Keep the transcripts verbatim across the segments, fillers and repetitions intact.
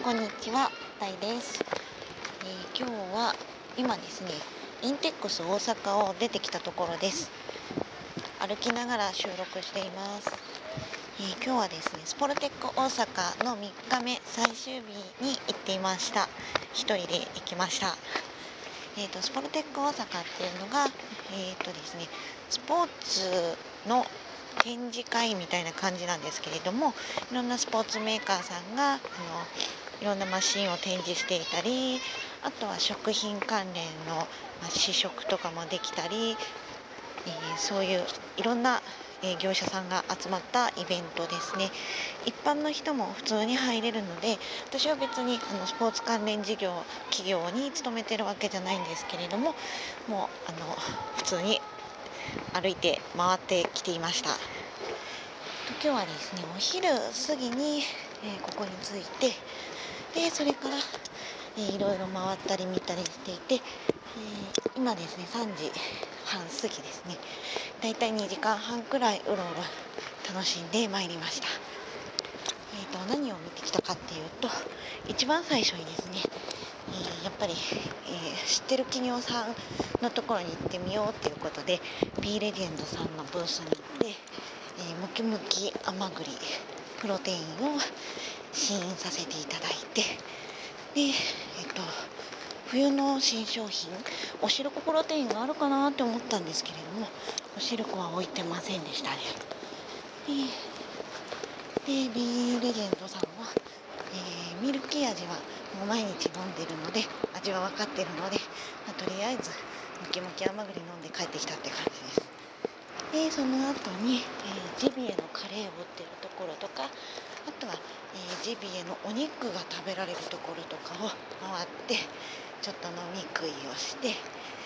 こんにちは、たいです、えー、今日は今ですねインテックス大阪を出てきたところです。歩きながら収録しています。えー、今日はですねスポルテック大阪のみっかめ最終日に行っていました。一人で行きました。えーと、スポルテック大阪っていうのが、えーとですね、スポーツの展示会みたいな感じなんですけれども、いろんなスポーツメーカーさんがあのいろんなマシンを展示していたり、あとは食品関連の、まあ、試食とかもできたり、えー、そういういろんな業者さんが集まったイベントですね。一般の人も普通に入れるので、私は別にあのスポーツ関連事業企業に勤めてるわけじゃないんですけれども、もうあの普通に歩いて回ってきていました。今日はですねお昼過ぎに、えー、ここに着いて、でそれから、えー、いろいろ回ったり見たりしていて、えー、今ですねさんじはん過ぎですね。だいたいにじかんはんくらいうろうろ楽しんでまいりました。えー、と何を見てきたかっていうと、一番最初にですね、えー、やっぱり、えー、知ってる企業さんのところに行ってみようっていうことで B レジェンドさんのブースに行って、えー、ムキムキ甘栗プロテインを試飲させていただいて、で、えっと、冬の新商品おしるこプロテインがあるかなって思ったんですけれども、おしるこは置いてませんでしたね。で B レジェンドさんは、えー、ミルクティー味はもう毎日飲んでるので味は分かってるので、まあ、とりあえずムキムキ甘栗飲んで帰ってきたって感じです。でその後に、えー、ジビエのカレーを売ってるところとか、あとは、えー、ジビエのお肉が食べられるところとかを回ってちょっと飲み食いをして、えー、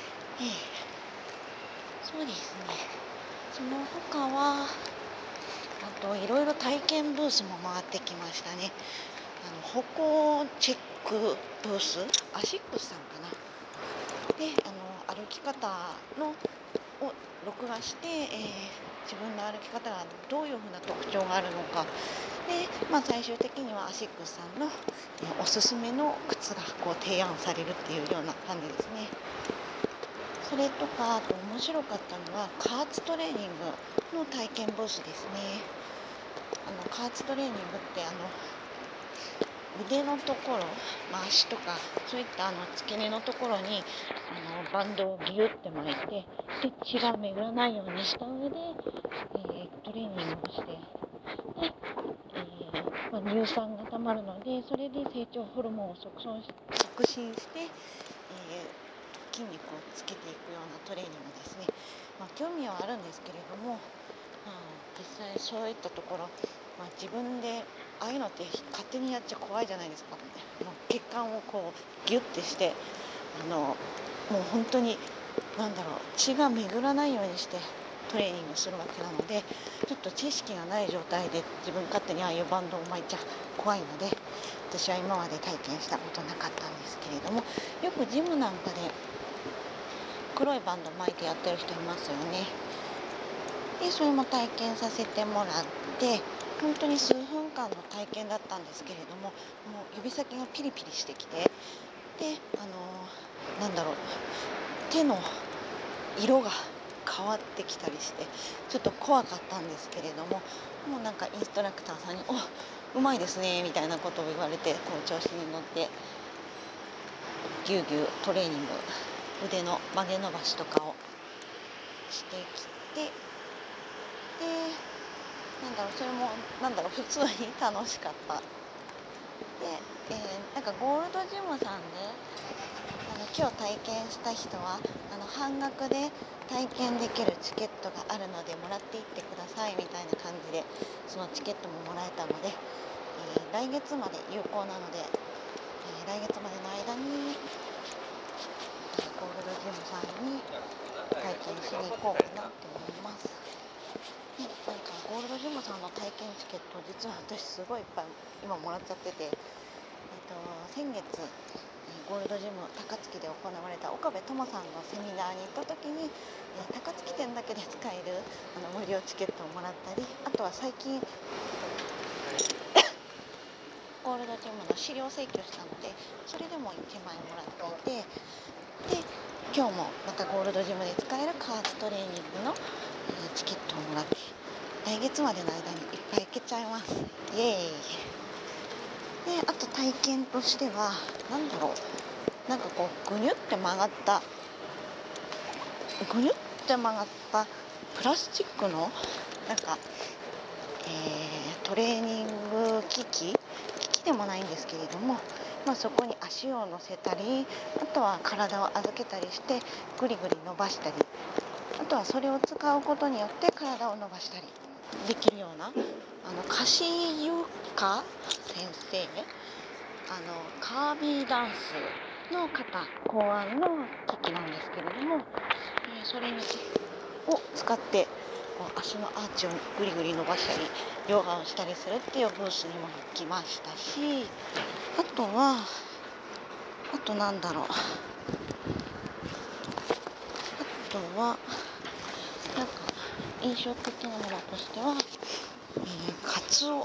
そうですね、その他はあといろいろ体験ブースも回ってきましたね。あの歩行チェックブース、アシックスさんかなで、あの歩き方のを録画して、えー、自分の歩き方がどういうふうな特徴があるのかで、まあ、最終的にはアシックスさんの、えー、おすすめの靴がこう提案されるっていうような感じですね。それとか、あと面白かったのは加圧トレーニングの体験ブースですね。あの加圧トレーニングってあの腕のところ、まあ、足とかそういったあの付け根のところにあのバンドをギュッて巻いて、で血が巡らないようにした上で、えー、トレーニングをして、で、えーまあ、乳酸がたまるので、それで成長ホルモンを促進促進して、えー、筋肉をつけていくようなトレーニングですね。まあ、興味はあるんですけれども、まあ、実際そういったところ、まあ、自分でああいうのって勝手にやっちゃ怖いじゃないですか。血管をこうギュッてしてあのもう本当に何だろう血が巡らないようにしてトレーニングするわけなので、ちょっと知識がない状態で自分勝手にああいうバンドを巻いちゃ怖いので、私は今まで体験したことなかったんですけれども、よくジムなんかで黒いバンド巻いてやってる人いますよね。でそれも体験させてもらって、本当に数分間の体験だったんですけれども、もう指先がピリピリしてきて、であのー、なんだろう手の色が変わってきたりしてちょっと怖かったんですけれども、もうなんかインストラクターさんにおうまいですねみたいなことを言われて、こう調子に乗ってぎゅうぎゅうトレーニング、腕の曲げ伸ばしとかをしてきて、でなんだろうそれもなんだろう普通に楽しかった。で、えー、なんかゴールドジムさんであの今日体験した人はあの半額で体験できるチケットがあるのでもらっていってくださいみたいな感じで、そのチケットももらえたので、えー、来月まで有効なので、えー、来月までの間にゴールドジムさんに体験しに行こうかなって思います。ね、なんかゴールドジムさんの体験チケット実は私すごいいっぱい今もらっちゃってて、えっと、先月ゴールドジム高槻で行われた岡部友さんのセミナーに行った時に、えー、高槻店だけで使えるあの無料チケットをもらったり、あとは最近ゴールドジムの資料請求したので、それでもいちまいもらっていて、で今日もまたゴールドジムで使える加圧トレーニングの、えーチケットをもらって、来月までの間にいっぱい行けちゃいます。イエーイ。であと体験としてはなんだろう、なんかこうぐにゅって曲がったぐにゅって曲がったプラスチックのなんか、えートレーニング機器機器でもないんですけれども、まあ、そこに足を乗せたり、あとは体を預けたりしてぐりぐり伸ばしたり、あとはそれを使うことによって体を伸ばしたりできるような、あのカシユカ先生、あのカービーダンスの方考案の機器なんですけれども、えーそれにを使ってこう足のアーチをぐりぐり伸ばしたりヨガをしたりするっていうブースにも行きましたし、あとはあとなんだろうあとはなんか印象的なものとしては、えー、カツオ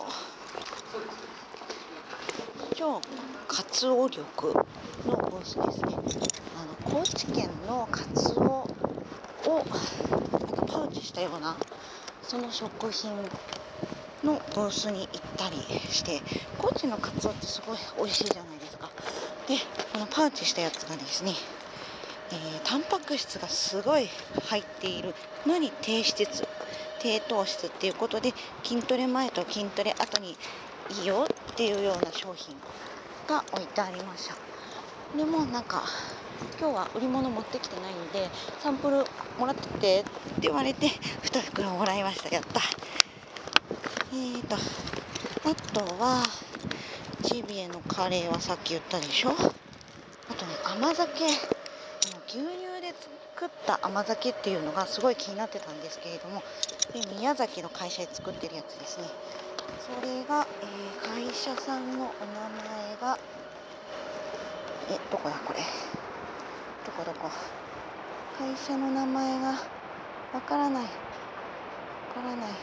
超カツオ力のブースですね。あの高知県のカツオをなんかパウチしたようなその食品のブースに行ったりして、高知のカツオってすごい美味しいじゃないですか。でこのパウチしたやつがですね、えー、タンパク質がすごい入っているのに低脂質低糖質っていうことで、筋トレ前と筋トレ後にいいよっていうような商品が置いてありました。でもなんか今日は売り物持ってきてないんでサンプルもらっててって言われてに袋もらいました。やった。えーとあとはジビエのカレーはさっき言ったでしょ。あとね、甘酒、あの牛乳で作った甘酒っていうのがすごい気になってたんですけれども、で宮崎の会社で作ってるやつですね。それが、えー会社さんのお名前がえどこだこれどこどこ会社の名前がわからないわからない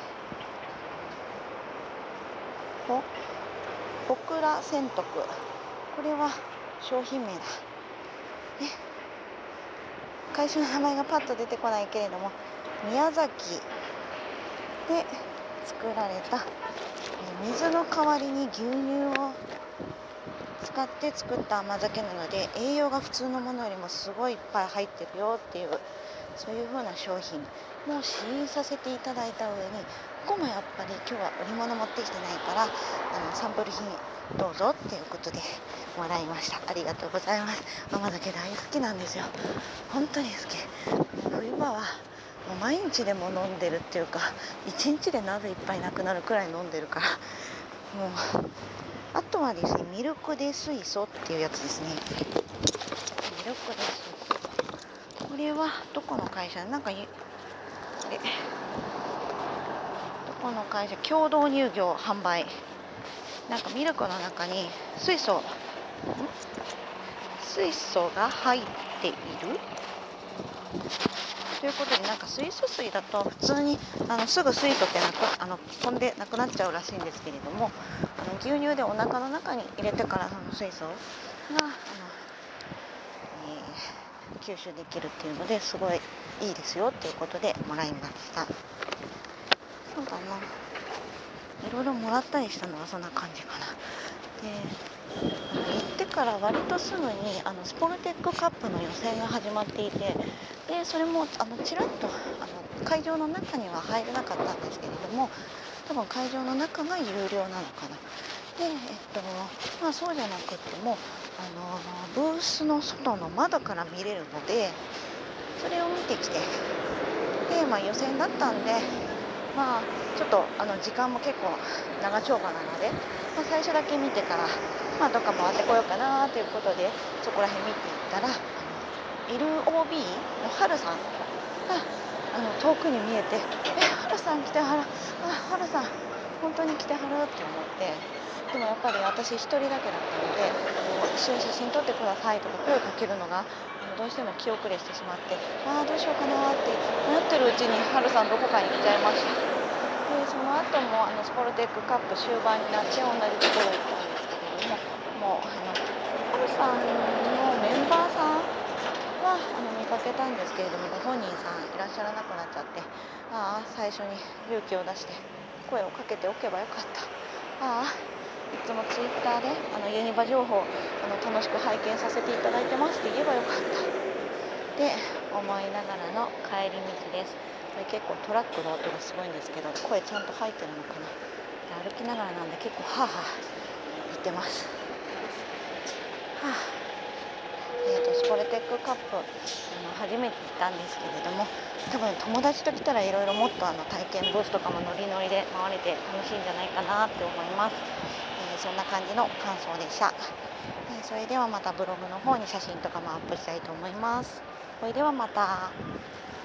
ほ小倉千徳、これは商品名だ。え会社の名前がパッと出てこないけれども、宮崎で作られたえ水の代わりに牛乳を使って作った甘酒なので、栄養が普通のものよりもすごいいっぱい入ってるよっていう、そういう風な商品も試飲させていただいた上に、ここもやっぱり今日は売り物持ってきてないから、あのサンプル品どうぞっていうことでもらいました。ありがとうございます。甘酒大好きなんですよ。本当に好き。冬場はもう毎日でも飲んでるっていうか、一日で鍋いっぱいなくなるくらい飲んでるから、もうあとはですね、ミルクで水素っていうやつですね。ミルクで水素、これはどこの会社なんかえどこの会社共同乳業販売、なんかミルクの中に水素ん水素が入っているということで、なんか水素水だと普通にあのすぐ水素ってなくあの飛んでなくなっちゃうらしいんですけれども、あの牛乳でお腹の中に入れてからその水素があの、えー吸収できるっていうのですごいいいですよっていうことでもらいました。そうだな、いろいろもらったりしたのはそんな感じかな。で行ってから割とすぐにあのスポルテックカップの予選が始まっていて、でそれもあのちらっとあの会場の中には入れなかったんですけれども、多分会場の中が有料なのかな。で、えっとまあ、そうじゃなくってもあのブースの外の窓から見れるので、それを見てきて、で、まあ、予選だったんで、まあ、ちょっとあの時間も結構長丁場なので、まあ、最初だけ見てから、まあ、どっか回ってこようかなということでそこら辺見ていったら、あの エルオービー のハルさんがあの遠くに見えて、えハルさん来てはる、あハルさん本当に来てはるって思って、でもやっぱり私一人だけだったので、一緒に写真撮ってくださいとか声をかけるのがどうしても気遅れしてしまって、ああどうしようかなって迷ってるうちにハルさんどこかに来ちゃいました。でその後もあのスポルテックカップ終盤になって同じところに行ったんですけれども、もうあのハルさんのメンバーさんはあの見かけたんですけれども、ご本人さんいらっしゃらなくなっちゃって、ああ最初に勇気を出して声をかけておけばよかった。ああいつもツイッターであのユニバ情報あの楽しく拝見させていただいてますって言えばよかったって思いながらの帰り道です。これ結構トラックの音がすごいんですけど、声ちゃんと入ってるのかな。歩きながらなんで結構ハーハー言ってます。はあ、えーとスポレテックカップあの初めて来たんですけれども、多分友達と来たらいろいろもっとあの体験ブースとかもノリノリで回れて楽しいんじゃないかなって思います。えーそんな感じの感想でした。えーそれではまたブログの方に写真とかもアップしたいと思います。それではまた。